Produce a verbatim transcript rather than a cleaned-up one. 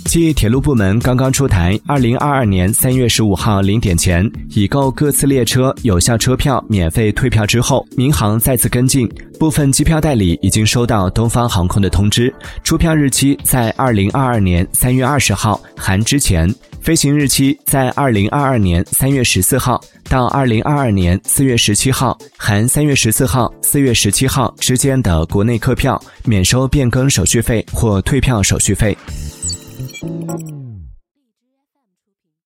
继铁路部门刚刚出台二零二二年三月十五号零点前已购各次列车有效车票免费退票之后，民航再次跟进，部分机票代理已经收到东方航空的通知，出票日期在二零二二年三月二十号含之前，飞行日期在二零二二年三月十四号到二零二二年四月十七号含三月十四号、四月十七号之间的国内客票免收变更手续费或退票手续费。